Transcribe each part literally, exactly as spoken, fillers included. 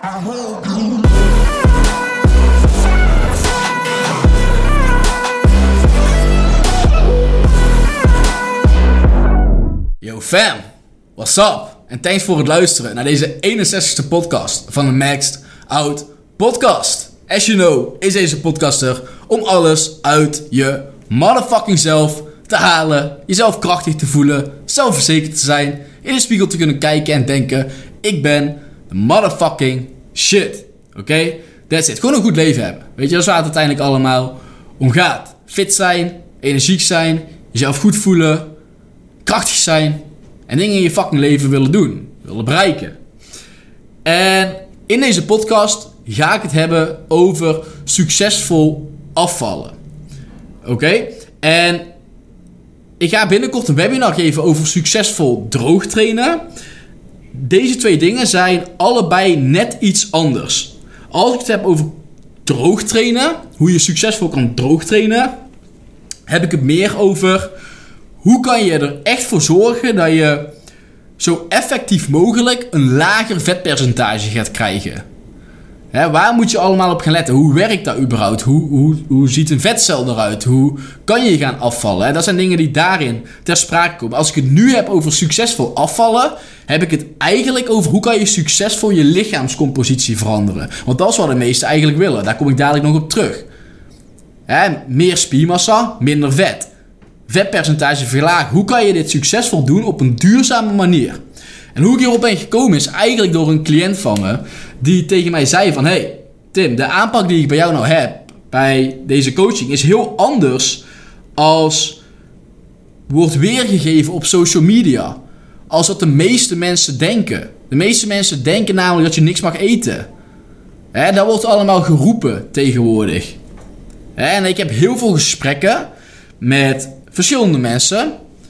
Yo fam, what's up? En thanks voor het luisteren naar deze eenenzestigste podcast van de Maxed Out Podcast. As you know is deze podcast er om alles uit je motherfucking zelf te halen, jezelf krachtig te voelen, zelfverzekerd te zijn, in de spiegel te kunnen kijken en denken: ik ben de motherfucking shit. Oké? Okay? That's it. Gewoon een goed leven hebben. Weet je, dat is waar het uiteindelijk allemaal om gaat. Fit zijn, energiek zijn, jezelf goed voelen, krachtig zijn en dingen in je fucking leven willen doen, willen bereiken. En in deze podcast ga ik het hebben over succesvol afvallen. Oké? Okay? En ik ga binnenkort een webinar geven over succesvol droogtrainen. Deze twee dingen zijn allebei net iets anders. Als ik het heb over droogtrainen, hoe je succesvol kan droogtrainen, heb ik het meer over hoe kan je er echt voor zorgen dat je zo effectief mogelijk een lager vetpercentage gaat krijgen. He, waar moet je allemaal op gaan letten? Hoe werkt dat überhaupt? Hoe, hoe, hoe ziet een vetcel eruit? Hoe kan je gaan afvallen? He, dat zijn dingen die daarin ter sprake komen. Als ik het nu heb over succesvol afvallen, heb ik het eigenlijk over hoe kan je succesvol je lichaamscompositie veranderen. Want dat is wat de meesten eigenlijk willen. Daar kom ik dadelijk nog op terug. He, meer spiermassa, minder vet. Vetpercentage verlagen. Hoe kan je dit succesvol doen op een duurzame manier? En hoe ik hierop ben gekomen is eigenlijk door een cliënt van me die tegen mij zei van: hey Tim, de aanpak die ik bij jou nou heb bij deze coaching is heel anders als wordt weergegeven op social media. Als wat de meeste mensen denken. De meeste mensen denken namelijk dat je niks mag eten. Hè, dat wordt allemaal geroepen tegenwoordig. Hè, en ik heb heel veel gesprekken met verschillende mensen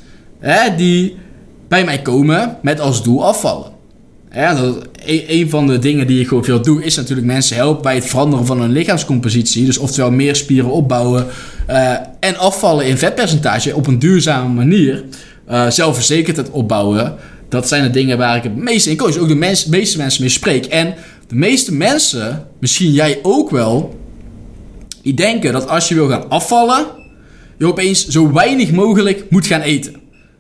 hè, die bij mij komen met als doel afvallen. Ja, dat, een, een van de dingen die ik ook veel doe is natuurlijk mensen helpen bij het veranderen van hun lichaamscompositie. Dus oftewel meer spieren opbouwen uh, en afvallen in vetpercentage op een duurzame manier. Uh, zelfverzekerdheid opbouwen. Dat zijn de dingen waar ik het meeste in coach. Ook de mens, meeste mensen mee spreek. En de meeste mensen, misschien jij ook wel, die denken dat als je wil gaan afvallen, je opeens zo weinig mogelijk moet gaan eten.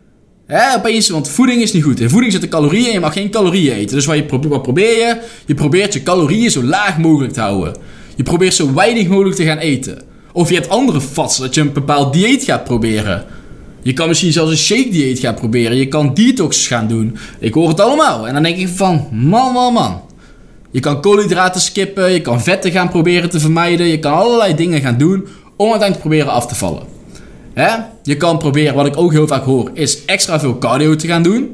He, opeens, want voeding is niet goed. In voeding zitten calorieën en je mag geen calorieën eten. Dus wat, je probeer, wat probeer je? Je probeert je calorieën zo laag mogelijk te houden. Je probeert zo weinig mogelijk te gaan eten. Of je hebt andere fads, dat je een bepaald dieet gaat proberen. Je kan misschien zelfs een shake dieet gaan proberen. Je kan detox gaan doen. Ik hoor het allemaal. En dan denk ik van, man, man, man. Je kan koolhydraten skippen. Je kan vetten gaan proberen te vermijden. Je kan allerlei dingen gaan doen om uiteindelijk te proberen af te vallen. He? Je kan proberen, wat ik ook heel vaak hoor, is extra veel cardio te gaan doen.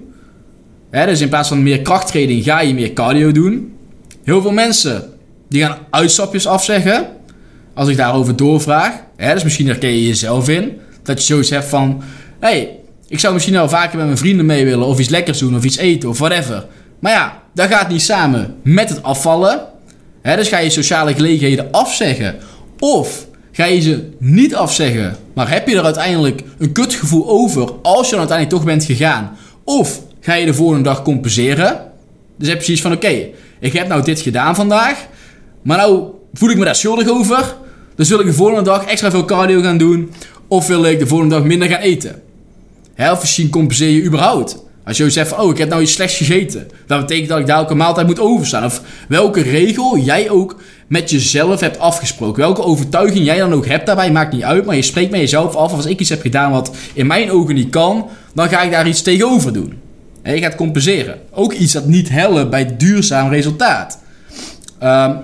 He, dus in plaats van meer krachttraining ga je meer cardio doen. Heel veel mensen die gaan uitstapjes afzeggen. Als ik daarover doorvraag. He, dus misschien herken je jezelf in. Dat je zoiets hebt van: hey, ik zou misschien wel vaker met mijn vrienden mee willen. Of iets lekkers doen of iets eten of whatever. Maar ja, dat gaat niet samen met het afvallen. He, dus ga je sociale gelegenheden afzeggen. Of ga je ze niet afzeggen, maar heb je er uiteindelijk een kutgevoel over als je dan uiteindelijk toch bent gegaan? Of ga je de volgende dag compenseren? Dus heb je precies van: oké, okay, ik heb nou dit gedaan vandaag, maar nou voel ik me daar schuldig over. Dus wil ik de volgende dag extra veel cardio gaan doen, of wil ik de volgende dag minder gaan eten? Hè, of misschien compenseer je überhaupt. Als je zegt van: oh, ik heb nou iets slechts gegeten, dat betekent dat ik daar ook een maaltijd moet overstaan. Of welke regel jij ook met jezelf hebt afgesproken. Welke overtuiging jij dan ook hebt daarbij, maakt niet uit. Maar je spreekt met jezelf af: als ik iets heb gedaan wat in mijn ogen niet kan, dan ga ik daar iets tegenover doen. En je gaat compenseren. Ook iets dat niet helpt bij duurzaam resultaat. Um,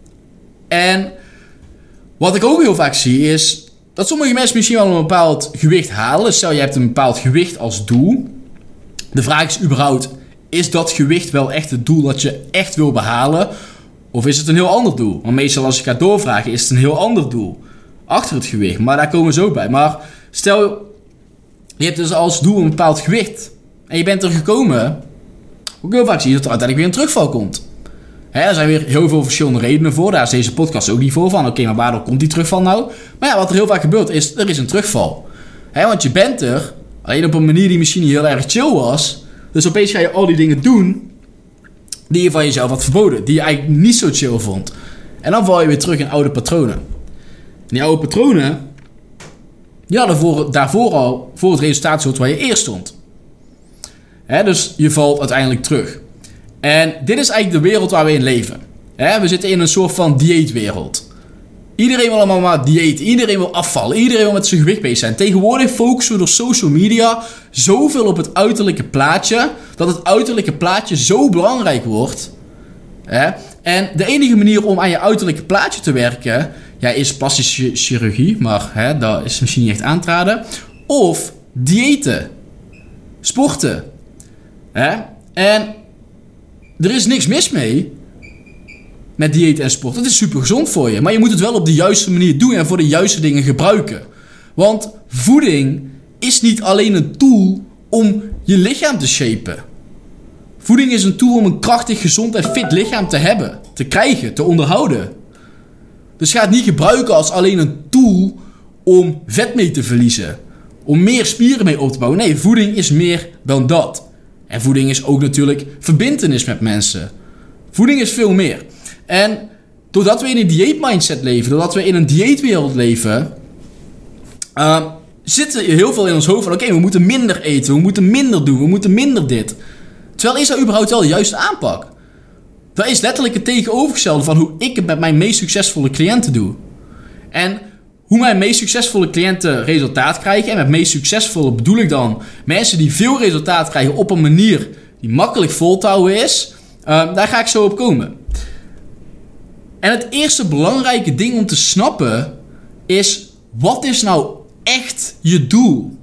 en wat ik ook heel vaak zie is dat sommige mensen misschien wel een bepaald gewicht halen. Stel je hebt een bepaald gewicht als doel. De vraag is überhaupt: is dat gewicht wel echt het doel dat je echt wil behalen? Of is het een heel ander doel? Want meestal als ik ga doorvragen is het een heel ander doel achter het gewicht. Maar daar komen we zo bij. Maar stel je hebt dus als doel een bepaald gewicht en je bent er gekomen. Ook heel vaak zie je dat er uiteindelijk weer een terugval komt. Hè, er zijn weer heel veel verschillende redenen voor. Daar is deze podcast ook niet voor van. Oké, okay, maar waardoor komt die terugval nou? Maar ja, wat er heel vaak gebeurt is, er is een terugval. Hè, want je bent er, alleen op een manier die misschien niet heel erg chill was. Dus opeens ga je al die dingen doen die je van jezelf had verboden. Die je eigenlijk niet zo chill vond. En dan val je weer terug in oude patronen. En die oude patronen, die hadden voor, daarvoor al voor het resultaat soort waar je eerst stond. Hè, dus je valt uiteindelijk terug. En dit is eigenlijk de wereld waar we in leven. Hè, we zitten in een soort van dieetwereld. Iedereen wil allemaal maar diëten. Iedereen wil afvallen. Iedereen wil met zijn gewicht bezig zijn. Tegenwoordig focussen we door social media zoveel op het uiterlijke plaatje, dat het uiterlijke plaatje zo belangrijk wordt. Hè? En de enige manier om aan je uiterlijke plaatje te werken, ja, is plastische chirurgie. Maar hè, dat is misschien niet echt aan te raden. Of diëten. Sporten. Hè? En er is niks mis mee met dieet en sport. Het is super gezond voor je. Maar je moet het wel op de juiste manier doen en voor de juiste dingen gebruiken. Want voeding is niet alleen een tool om je lichaam te shapen. Voeding is een tool om een krachtig, gezond en fit lichaam te hebben. Te krijgen, te onderhouden. Dus ga het niet gebruiken als alleen een tool om vet mee te verliezen. Om meer spieren mee op te bouwen. Nee, voeding is meer dan dat. En voeding is ook natuurlijk verbintenis met mensen. Voeding is veel meer. En doordat we in een dieetmindset leven, doordat we in een dieetwereld leven, uh, zit er heel veel in ons hoofd van, oké, okay, we moeten minder eten, we moeten minder doen, we moeten minder dit. Terwijl is dat überhaupt wel de juiste aanpak? Dat is letterlijk het tegenovergestelde van hoe ik het met mijn meest succesvolle cliënten doe. En hoe mijn meest succesvolle cliënten resultaat krijgen, en met meest succesvolle bedoel ik dan mensen die veel resultaat krijgen op een manier die makkelijk vol te houden is, uh, daar ga ik zo op komen. En het eerste belangrijke ding om te snappen is, wat is nou echt je doel?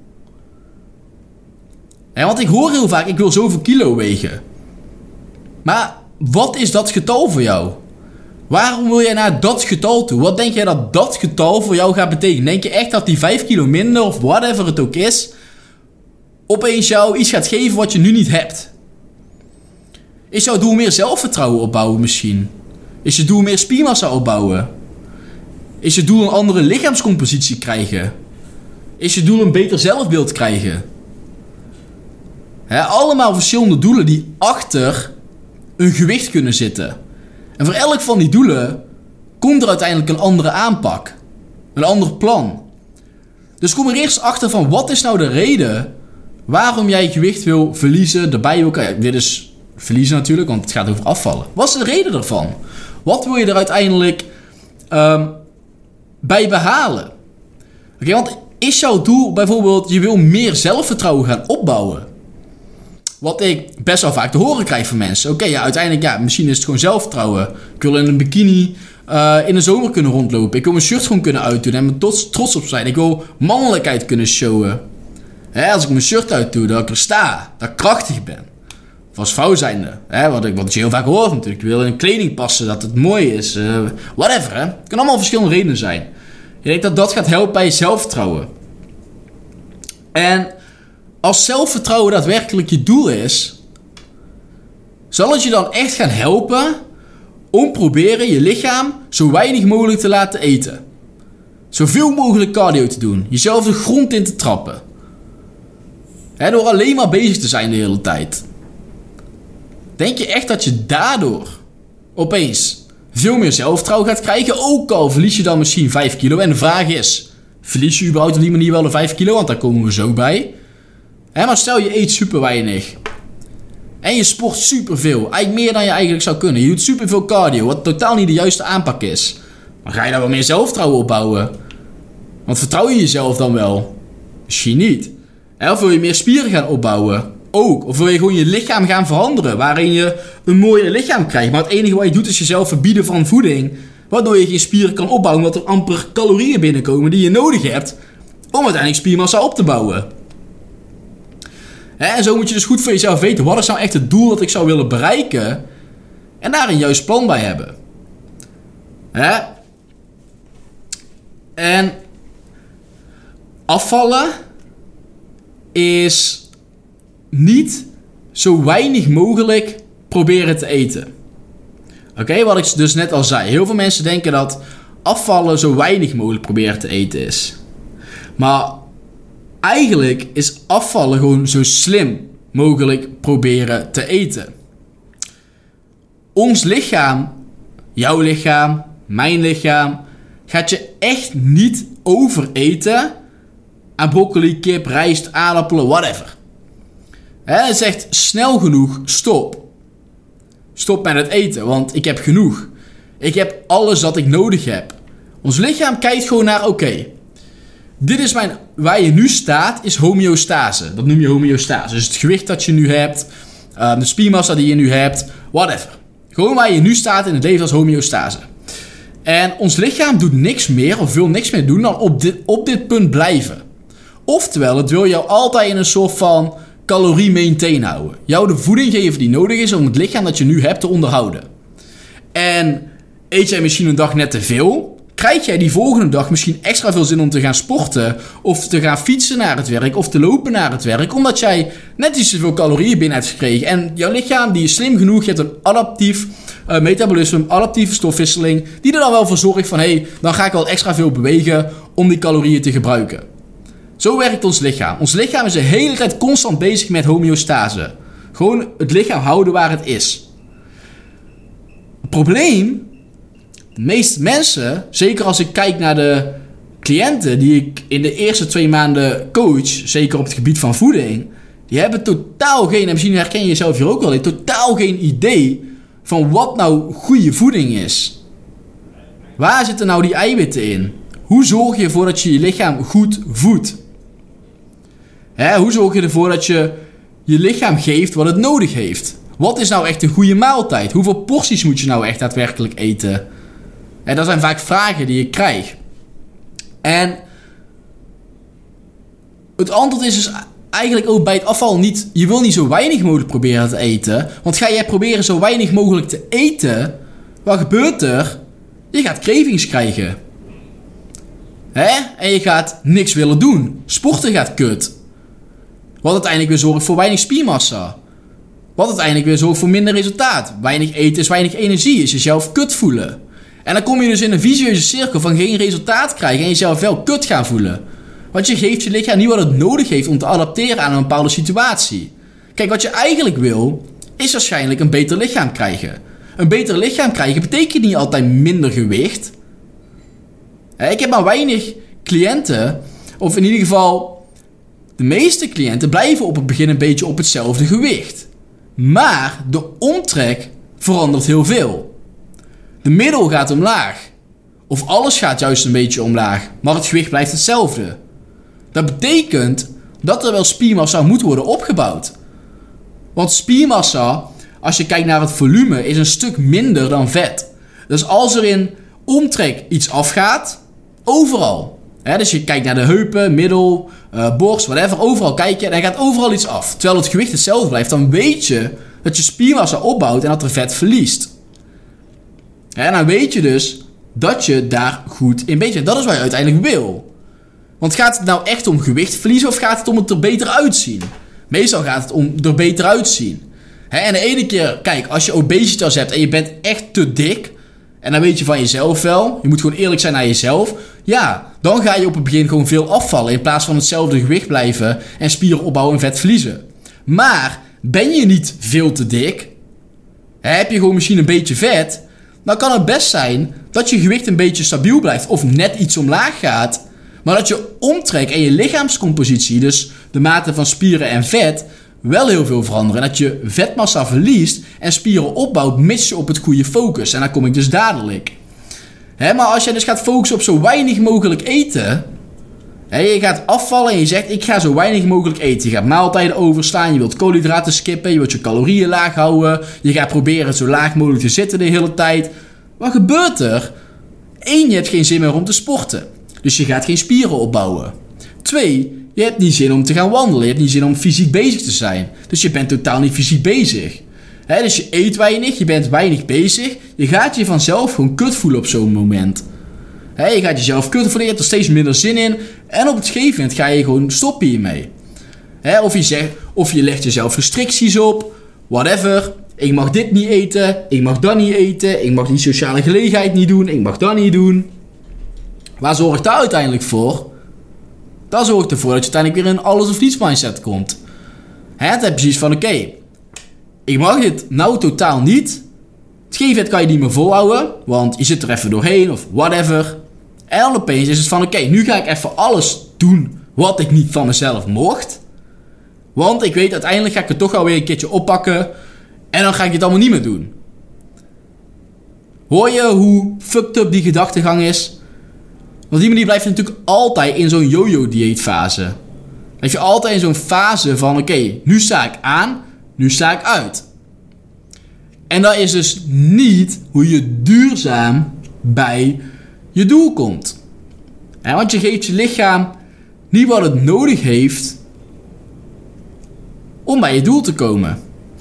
En want ik hoor heel vaak, ik wil zoveel kilo wegen. Maar wat is dat getal voor jou? Waarom wil jij naar dat getal toe? Wat denk jij dat dat getal voor jou gaat betekenen? Denk je echt dat die vijf kilo minder of whatever het ook is, opeens jou iets gaat geven wat je nu niet hebt? Is jouw doel meer zelfvertrouwen opbouwen misschien? Is je doel meer spiermassa opbouwen? Is je doel een andere lichaamscompositie krijgen? Is je doel een beter zelfbeeld krijgen? He, allemaal verschillende doelen die achter een gewicht kunnen zitten. En voor elk van die doelen komt er uiteindelijk een andere aanpak. Een ander plan. Dus kom er eerst achter van, wat is nou de reden waarom jij gewicht wil verliezen, erbij wil krijgen. Dit is verliezen natuurlijk, want het gaat over afvallen. Wat is de reden daarvan? Wat wil je er uiteindelijk um, bij behalen? Oké, okay, want is jouw doel bijvoorbeeld, je wil meer zelfvertrouwen gaan opbouwen? Wat ik best wel vaak te horen krijg van mensen. Oké, okay, ja, uiteindelijk, ja, misschien is het gewoon zelfvertrouwen. Ik wil in een bikini uh, in de zomer kunnen rondlopen. Ik wil mijn shirt gewoon kunnen uitdoen en me trots, trots op zijn. Ik wil mannelijkheid kunnen showen. Hè, als ik mijn shirt uitdoe, dat ik er sta. Dat ik krachtig ben. Of als vrouw zijnde. Hè, wat, ik, wat je heel vaak hoort natuurlijk. Ik wil in kleding passen, dat het mooi is. Uh, whatever, hè. Het kan allemaal verschillende redenen zijn. Ik denk dat dat gaat helpen bij je zelfvertrouwen. En als zelfvertrouwen daadwerkelijk je doel is, zal het je dan echt gaan helpen om proberen je lichaam zo weinig mogelijk te laten eten. Zoveel mogelijk cardio te doen. Jezelf de grond in te trappen. He, door alleen maar bezig te zijn de hele tijd. Denk je echt dat je daardoor opeens veel meer zelfvertrouwen gaat krijgen? Ook al verlies je dan misschien vijf kilo. En de vraag is, verlies je überhaupt op die manier wel de vijf kilo? Want daar komen we zo bij. He, maar stel je eet super weinig. En je sport superveel. Eigenlijk meer dan je eigenlijk zou kunnen. Je doet superveel cardio. Wat totaal niet de juiste aanpak is. Maar ga je daar wel meer zelfvertrouwen opbouwen? Want vertrouw je jezelf dan wel? Misschien niet. Of wil je meer spieren gaan opbouwen? Ook. Of wil je gewoon je lichaam gaan veranderen? Waarin je een mooier lichaam krijgt. Maar het enige wat je doet is jezelf verbieden van voeding. Waardoor je geen spieren kan opbouwen. Omdat er amper calorieën binnenkomen die je nodig hebt om uiteindelijk spiermassa op te bouwen. He, en zo moet je dus goed voor jezelf weten. Wat is nou echt het doel dat ik zou willen bereiken? En daar een juist plan bij hebben. He? En afvallen is niet zo weinig mogelijk proberen te eten. Oké, okay, wat ik dus net al zei. Heel veel mensen denken dat afvallen zo weinig mogelijk proberen te eten is. Maar eigenlijk is afvallen gewoon zo slim mogelijk proberen te eten. ons lichaam, jouw lichaam, mijn lichaam, gaat je echt niet overeten aan broccoli, kip, rijst, aardappelen, whatever. Hè, het zegt snel genoeg stop. Stop met het eten, want ik heb genoeg. Ik heb alles wat ik nodig heb. Ons lichaam kijkt gewoon naar, oké, okay, dit is mijn, waar je nu staat, is homeostase. Dat noem je homeostase. Dus het gewicht dat je nu hebt, uh, de spiermassa die je nu hebt, whatever. Gewoon waar je nu staat in het leven als homeostase. En ons lichaam doet niks meer, of wil niks meer doen, dan op dit, op dit punt blijven. Oftewel, het wil jou altijd in een soort van calorie maintain houden. Jou de voeding geven die nodig is om het lichaam dat je nu hebt te onderhouden. En eet jij misschien een dag net te veel, krijg jij die volgende dag misschien extra veel zin om te gaan sporten, of te gaan fietsen naar het werk, of te lopen naar het werk, omdat jij net iets te veel calorieën binnen hebt gekregen. En jouw lichaam, die is slim genoeg, je hebt een adaptief uh, metabolisme, een adaptieve stofwisseling, die er dan wel voor zorgt van, hé, hey, dan ga ik wel extra veel bewegen om die calorieën te gebruiken. Zo werkt ons lichaam. Ons lichaam is de hele tijd constant bezig met homeostase. Gewoon het lichaam houden waar het is. Het probleem, de meeste mensen, zeker als ik kijk naar de cliënten die ik in de eerste twee maanden coach, zeker op het gebied van voeding, die hebben totaal geen, en misschien herken je jezelf hier ook wel in, totaal geen idee van wat nou goede voeding is. Waar zitten nou die eiwitten in? Hoe zorg je ervoor dat je je lichaam goed voedt? Hè, hoe zorg je ervoor dat je je lichaam geeft wat het nodig heeft? Wat is nou echt een goede maaltijd? Hoeveel porties moet je nou echt daadwerkelijk eten? En dat zijn vaak vragen die ik krijg. En het antwoord is dus eigenlijk ook bij het afval niet, je wil niet zo weinig mogelijk proberen te eten. Want ga jij proberen zo weinig mogelijk te eten, wat gebeurt er? Je gaat cravings krijgen. Hè? En je gaat niks willen doen. Sporten gaat kut. Wat uiteindelijk weer zorgt voor weinig spiermassa. Wat uiteindelijk weer zorgt voor minder resultaat. Weinig eten is weinig energie, is jezelf kut voelen. En dan kom je dus in een vicieuze cirkel van geen resultaat krijgen en jezelf wel kut gaan voelen. Want je geeft je lichaam niet wat het nodig heeft om te adapteren aan een bepaalde situatie. Kijk, wat je eigenlijk wil, is waarschijnlijk een beter lichaam krijgen. Een beter lichaam krijgen betekent niet altijd minder gewicht. Ik heb maar weinig cliënten, of in ieder geval de meeste cliënten blijven op het begin een beetje op hetzelfde gewicht. Maar de omtrek verandert heel veel. De middel gaat omlaag. Of alles gaat juist een beetje omlaag, maar het gewicht blijft hetzelfde. Dat betekent dat er wel spiermassa moet worden opgebouwd. Want spiermassa, als je kijkt naar het volume, is een stuk minder dan vet. Dus als er in omtrek iets afgaat, overal. Hè, dus je kijkt naar de heupen, middel, uh, borst, whatever. Overal kijk je en er gaat overal iets af. Terwijl het gewicht hetzelfde blijft, dan weet je dat je spiermassa opbouwt en dat er vet verliest. Hè, en dan weet je dus dat je daar goed in bent. Dat is wat je uiteindelijk wil. Want gaat het nou echt om gewicht verliezen of gaat het om het er beter uitzien? Meestal gaat het om er beter uitzien. Hè, en de ene keer, kijk, als je obesitas hebt en je bent echt te dik, en dan weet je van jezelf wel, je moet gewoon eerlijk zijn naar jezelf, ja, dan ga je op het begin gewoon veel afvallen in plaats van hetzelfde gewicht blijven en spieren opbouwen en vet verliezen. Maar ben je niet veel te dik, heb je gewoon misschien een beetje vet, dan kan het best zijn dat je gewicht een beetje stabiel blijft of net iets omlaag gaat, maar dat je omtrek en je lichaamscompositie, dus de mate van spieren en vet, wel heel veel veranderen. En dat je vetmassa verliest en spieren opbouwt, mits je op het goede focus. En daar kom ik dus dadelijk. Hè, maar als je dus gaat focussen op zo weinig mogelijk eten, hè, je gaat afvallen en je zegt ik ga zo weinig mogelijk eten. Je gaat maaltijden overslaan, je wilt koolhydraten skippen, je wilt je calorieën laag houden, je gaat proberen zo laag mogelijk te zitten de hele tijd. Wat gebeurt er? Eén, je hebt geen zin meer om te sporten. Dus je gaat geen spieren opbouwen. Twee, je hebt niet zin om te gaan wandelen. Je hebt niet zin om fysiek bezig te zijn. Dus je bent totaal niet fysiek bezig. He, dus je eet weinig, je bent weinig bezig. Je gaat je vanzelf gewoon kut voelen op zo'n moment. He, je gaat jezelf kut voelen, je hebt er steeds minder zin in. En op het gegeven moment ga je gewoon stoppen hiermee. He, of, je zegt, of je legt jezelf restricties op. Whatever. Ik mag dit niet eten. Ik mag dat niet eten. Ik mag die sociale gelegenheid niet doen. Ik mag dat niet doen. Waar zorgt dat uiteindelijk voor? Dat zorgt ervoor dat je uiteindelijk weer in alles of niets mindset komt. Hè, het is precies van oké, okay, ik mag dit nou totaal niet, het gegeven moment kan je niet meer volhouden, want je zit er even doorheen of whatever. En dan opeens is het van, oké, okay, nu ga ik even alles doen wat ik niet van mezelf mocht. Want ik weet, uiteindelijk ga ik het toch alweer een keertje oppakken en dan ga ik het allemaal niet meer doen. Hoor je hoe fucked up die gedachtegang is? Want die manier blijft natuurlijk altijd in zo'n yo-yo dieetfase. Blijf je altijd in zo'n fase van, oké, okay, nu sta ik aan, nu sta ik uit. En dat is dus niet hoe je duurzaam bij je doel komt. Ja, want je geeft je lichaam niet wat het nodig heeft om bij je doel te komen.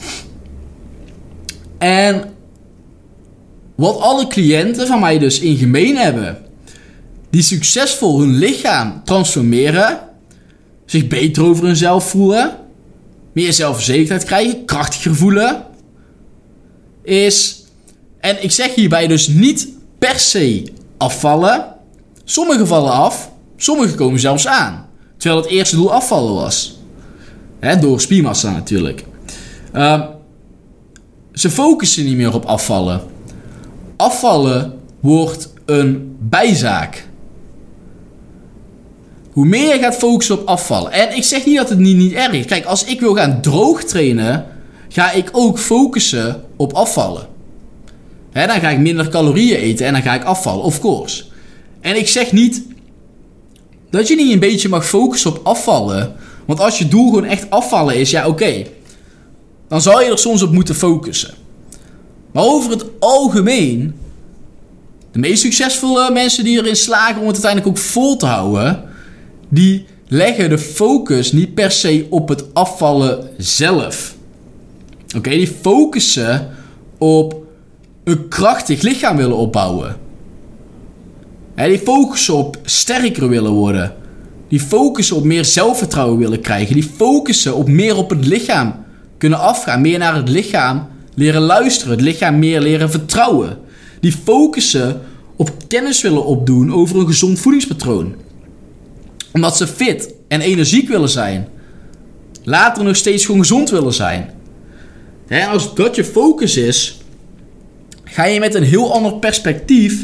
En wat alle cliënten van mij dus in gemeen hebben, die succesvol hun lichaam transformeren, zich beter over hunzelf voelen, meer zelfverzekerdheid krijgen, krachtiger voelen, is, en ik zeg hierbij dus niet per se afvallen. Sommigen vallen af, sommigen komen zelfs aan. Terwijl het eerste doel afvallen was. He, door spiermassa natuurlijk. Uh, ze focussen niet meer op afvallen. Afvallen wordt een bijzaak. Hoe meer je gaat focussen op afvallen. En ik zeg niet dat het niet, niet erg is. Kijk, als ik wil gaan droog trainen, ga ik ook focussen op afvallen. He, dan ga ik minder calorieën eten en dan ga ik afvallen, of course. En ik zeg niet dat je niet een beetje mag focussen op afvallen. Want als je doel gewoon echt afvallen is, ja oké. Okay, dan zou je er soms op moeten focussen. Maar over het algemeen, de meest succesvolle mensen die erin slagen om het uiteindelijk ook vol te houden, die leggen de focus niet per se op het afvallen zelf. Oké, okay, die focussen op een krachtig lichaam willen opbouwen. He, die focussen op sterker willen worden. Die focussen op meer zelfvertrouwen willen krijgen. Die focussen op meer op het lichaam kunnen afgaan. Meer naar het lichaam leren luisteren. Het lichaam meer leren vertrouwen. Die focussen op kennis willen opdoen over een gezond voedingspatroon. Omdat ze fit en energiek willen zijn. Later nog steeds gewoon gezond willen zijn. En als dat je focus is, ga je met een heel ander perspectief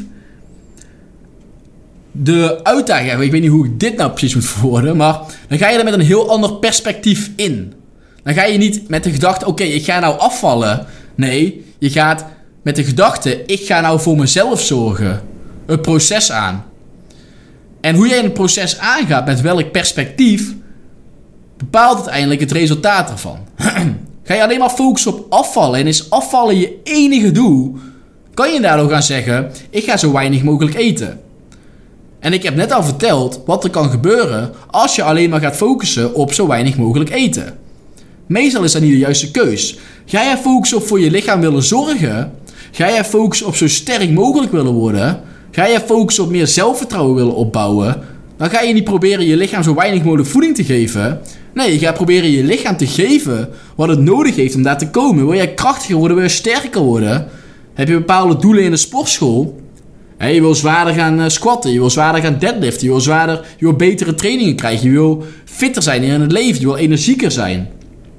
de uitdaging hebben. Ik weet niet hoe ik dit nou precies moet verwoorden, maar dan ga je er met een heel ander perspectief in. Dan ga je niet met de gedachte, oké, okay, ik ga nou afvallen. Nee, je gaat met de gedachte, ik ga nou voor mezelf zorgen. Het proces aan. En hoe jij het proces aangaat, met welk perspectief, bepaalt uiteindelijk het resultaat ervan. Ga je alleen maar focussen op afvallen en is afvallen je enige doel, kan je daardoor gaan zeggen, ik ga zo weinig mogelijk eten. En ik heb net al verteld wat er kan gebeuren als je alleen maar gaat focussen op zo weinig mogelijk eten. Meestal is dat niet de juiste keus. Ga jij focussen op voor je lichaam willen zorgen? Ga jij focussen op zo sterk mogelijk willen worden? Ga jij focussen op meer zelfvertrouwen willen opbouwen? Dan ga je niet proberen je lichaam zo weinig mogelijk voeding te geven. Nee, je gaat proberen je lichaam te geven wat het nodig heeft om daar te komen. Wil jij krachtiger worden, wil je sterker worden? Heb je bepaalde doelen in de sportschool? He, je wil zwaarder gaan uh, squatten, je wil zwaarder gaan deadliften, je wil zwaarder, je wil betere trainingen krijgen, je wil fitter zijn in het leven, je wil energieker zijn.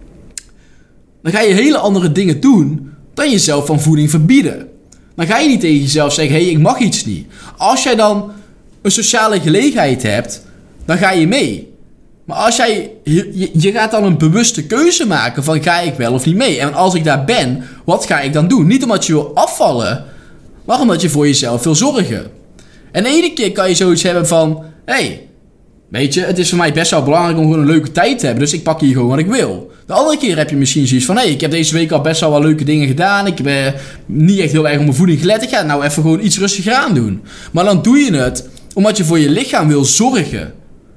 Dan ga je hele andere dingen doen dan jezelf van voeding verbieden. Dan ga je niet tegen jezelf zeggen, hé, hey, ik mag iets niet. Als jij dan een sociale gelegenheid hebt, dan ga je mee. Maar als jij, je, je gaat dan een bewuste keuze maken van, ga ik wel of niet mee? En als ik daar ben, wat ga ik dan doen? Niet omdat je wil afvallen, maar omdat je voor jezelf wil zorgen. En de ene keer kan je zoiets hebben van, hé, hey, weet je, het is voor mij best wel belangrijk om gewoon een leuke tijd te hebben, dus ik pak hier gewoon wat ik wil. De andere keer heb je misschien zoiets van, hé, hey, ik heb deze week al best wel wat leuke dingen gedaan, ik heb eh, niet echt heel erg op mijn voeding gelet, ik ga nou even gewoon iets rustiger aan doen. Maar dan doe je het omdat je voor je lichaam wil zorgen.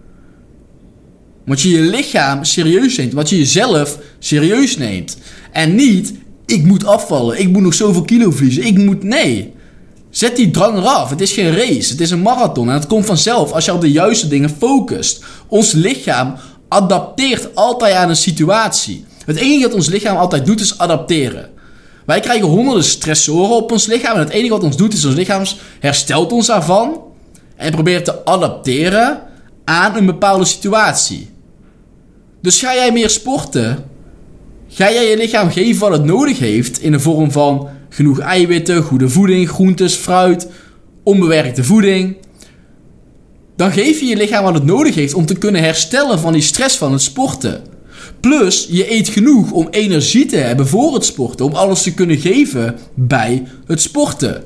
Omdat je je lichaam serieus neemt, omdat je jezelf serieus neemt. En niet, ik moet afvallen, ik moet nog zoveel kilo verliezen, ik moet, nee. Zet die drang eraf. Het is geen race. Het is een marathon. En het komt vanzelf als je op de juiste dingen focust. Ons lichaam adapteert altijd aan een situatie. Het enige wat ons lichaam altijd doet is adapteren. Wij krijgen honderden stressoren op ons lichaam. En het enige wat ons doet is ons lichaam herstelt ons daarvan. En probeert te adapteren aan een bepaalde situatie. Dus ga jij meer sporten? Ga jij je lichaam geven wat het nodig heeft in de vorm van genoeg eiwitten, goede voeding, groentes, fruit, onbewerkte voeding. Dan geef je je lichaam wat het nodig heeft om te kunnen herstellen van die stress van het sporten. Plus, je eet genoeg om energie te hebben voor het sporten. Om alles te kunnen geven bij het sporten.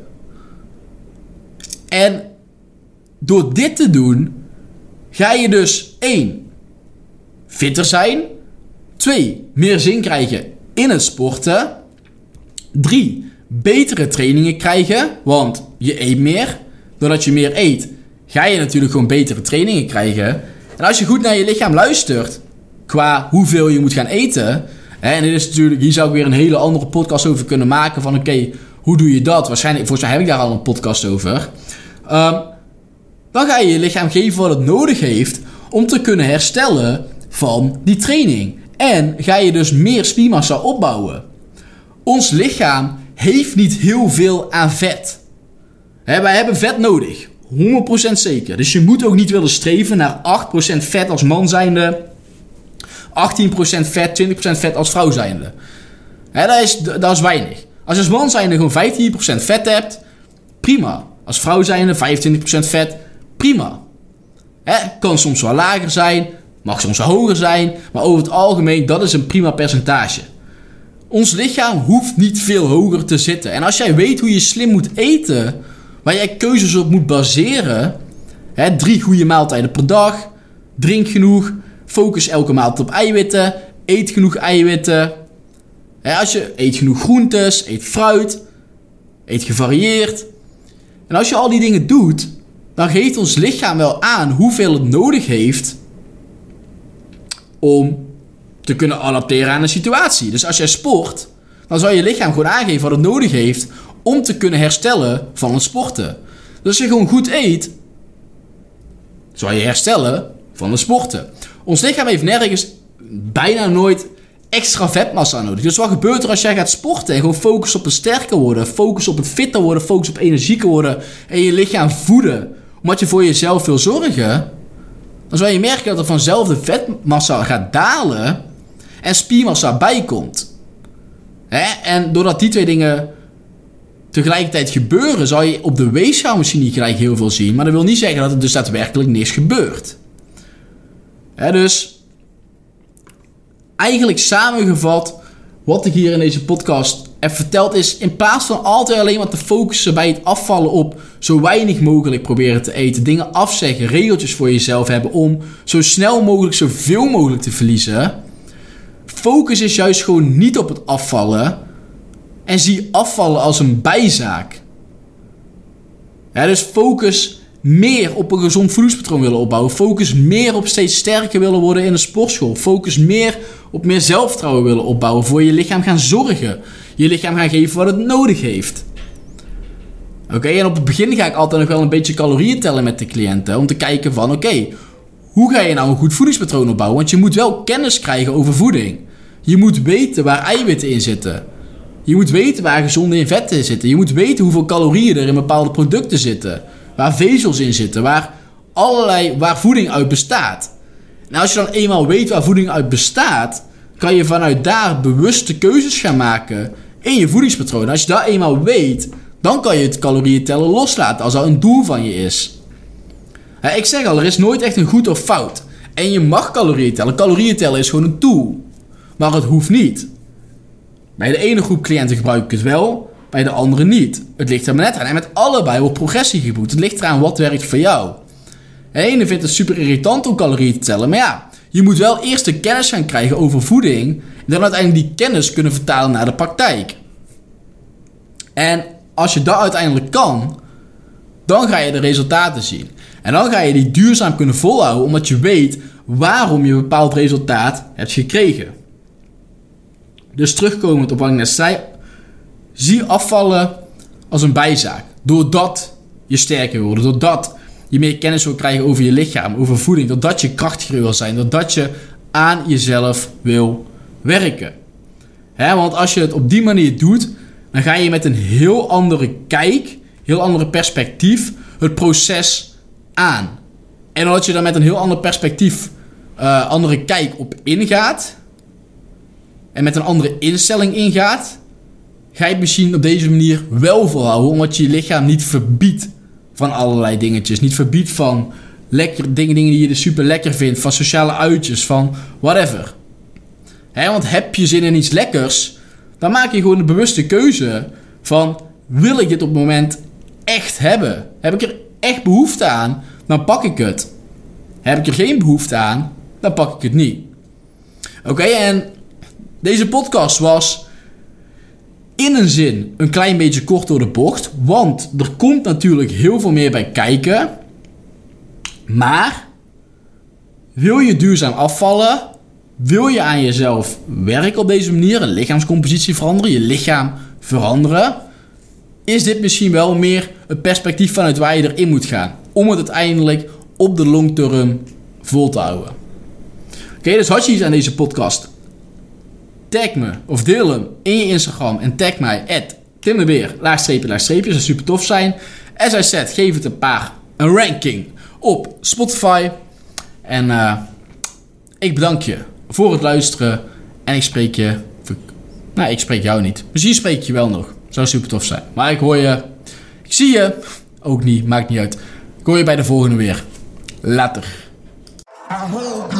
En door dit te doen, ga je dus één fitter zijn. twee meer zin krijgen in het sporten. drie betere trainingen krijgen, want je eet meer. Doordat je meer eet, ga je natuurlijk gewoon betere trainingen krijgen. En als je goed naar je lichaam luistert, qua hoeveel je moet gaan eten. Hè, en dit is natuurlijk, hier zou ik weer een hele andere podcast over kunnen maken. Van oké, okay, hoe doe je dat? Waarschijnlijk, volgens mij heb ik daar al een podcast over. Um, dan ga je je lichaam geven wat het nodig heeft om te kunnen herstellen van die training. En ga je dus meer spiermassa opbouwen. Ons lichaam heeft niet heel veel aan vet. Hè, wij hebben vet nodig. honderd procent zeker. Dus je moet ook niet willen streven naar acht procent vet als man zijnde. achttien procent vet, twintig procent vet als vrouw zijnde. Hè, dat, is, dat is weinig. Als je als man zijnde gewoon vijftien procent vet hebt, prima. Als vrouw zijnde vijfentwintig procent vet, prima. Hè, kan soms wel lager zijn, mag soms wel hoger zijn. Maar over het algemeen, dat is een prima percentage. Ons lichaam hoeft niet veel hoger te zitten. En als jij weet hoe je slim moet eten, waar jij keuzes op moet baseren. Hè, drie goede maaltijden per dag. Drink genoeg. Focus elke maaltijd op eiwitten. Eet genoeg eiwitten. Hè, als je eet genoeg groentes. Eet fruit. Eet gevarieerd. En als je al die dingen doet, dan geeft ons lichaam wel aan hoeveel het nodig heeft om te kunnen adapteren aan een situatie. Dus als jij sport, dan zal je lichaam gewoon aangeven wat het nodig heeft om te kunnen herstellen van het sporten. Dus als je gewoon goed eet, zal je herstellen van het sporten. Ons lichaam heeft nergens bijna nooit extra vetmassa nodig. Dus wat gebeurt er als jij gaat sporten en gewoon focus op het sterker worden, focus op het fitter worden, focus op energieker worden en je lichaam voeden, omdat je voor jezelf wil zorgen, dan zal je merken dat er vanzelf de vetmassa gaat dalen en spiermassa bijkomt. Hè? En doordat die twee dingen tegelijkertijd gebeuren, zal je op de weegschaal misschien niet gelijk heel veel zien. Maar dat wil niet zeggen dat er dus daadwerkelijk niks gebeurt. Hè, dus eigenlijk samengevat, wat ik hier in deze podcast heb verteld is, in plaats van altijd alleen maar te focussen bij het afvallen op zo weinig mogelijk proberen te eten, dingen afzeggen, regeltjes voor jezelf hebben om zo snel mogelijk zoveel mogelijk te verliezen. Focus is juist gewoon niet op het afvallen en zie afvallen als een bijzaak. Ja, dus focus meer op een gezond voedingspatroon willen opbouwen. Focus meer op steeds sterker willen worden in de sportschool. Focus meer op meer zelfvertrouwen willen opbouwen. Voor je lichaam gaan zorgen. Je lichaam gaan geven wat het nodig heeft. Oké, okay, en op het begin ga ik altijd nog wel een beetje calorieën tellen met de cliënten. Om te kijken van oké, okay, hoe ga je nou een goed voedingspatroon opbouwen? Want je moet wel kennis krijgen over voeding. Je moet weten waar eiwitten in zitten. Je moet weten waar gezonde vetten in zitten. Je moet weten hoeveel calorieën er in bepaalde producten zitten. Waar vezels in zitten. Waar, allerlei, waar voeding uit bestaat. En als je dan eenmaal weet waar voeding uit bestaat, kan je vanuit daar bewuste keuzes gaan maken in je voedingspatroon. En als je dat eenmaal weet, dan kan je het calorieën tellen loslaten als dat een doel van je is. Ja, ik zeg al, er is nooit echt een goed of fout. En je mag calorieën tellen. Calorieën tellen is gewoon een tool. Maar het hoeft niet. Bij de ene groep cliënten gebruik ik het wel, bij de andere niet. Het ligt er maar net aan. En met allebei wordt progressie geboekt. Het ligt eraan wat werkt voor jou. De ene vindt het super irritant om calorieën te tellen. Maar ja, je moet wel eerst de kennis gaan krijgen over voeding. En dan uiteindelijk die kennis kunnen vertalen naar de praktijk. En als je dat uiteindelijk kan, dan ga je de resultaten zien. En dan ga je die duurzaam kunnen volhouden, omdat je weet waarom je een bepaald resultaat hebt gekregen. Dus terugkomend op wat ik net zei, zie afvallen als een bijzaak. Doordat je sterker wil worden, doordat je meer kennis wil krijgen over je lichaam, over voeding, doordat je krachtiger wil zijn, doordat je aan jezelf wil werken. He, want als je het op die manier doet, dan ga je met een heel andere kijk, heel andere perspectief het proces aan. En als je dan met een heel ander perspectief, uh, andere kijk op ingaat en met een andere instelling ingaat, ga je het misschien op deze manier wel volhouden, omdat je je lichaam niet verbiedt van allerlei dingetjes. Niet verbiedt van lekker dingen, dingen die je dus super lekker vindt, van sociale uitjes, van whatever. He, want heb je zin in iets lekkers, dan maak je gewoon de bewuste keuze van, wil ik dit op het moment echt hebben? Heb ik er echt behoefte aan? Dan pak ik het. Heb ik er geen behoefte aan? Dan pak ik het niet. Oké, okay, en deze podcast was in een zin een klein beetje kort door de bocht. Want er komt natuurlijk heel veel meer bij kijken. Maar wil je duurzaam afvallen? Wil je aan jezelf werken op deze manier? Een lichaamscompositie veranderen? Je lichaam veranderen? Is dit misschien wel meer het perspectief vanuit waar je erin moet gaan? Om het uiteindelijk op de long term vol te houden. Oké, okay, dus had je iets aan deze podcast? Tag me of deel hem in je Instagram en tag mij at timdebeer, laagstreepje, laagstreepje. Dat zou super tof zijn. As I said, geef het een paar een ranking op Spotify. En uh, ik bedank je voor het luisteren. En ik spreek je... Nou, ik spreek jou niet. Misschien spreek ik je wel nog. Zou super tof zijn. Maar ik hoor je... Ik zie je... Ook niet, maakt niet uit. Ik hoor je bij de volgende weer. Later.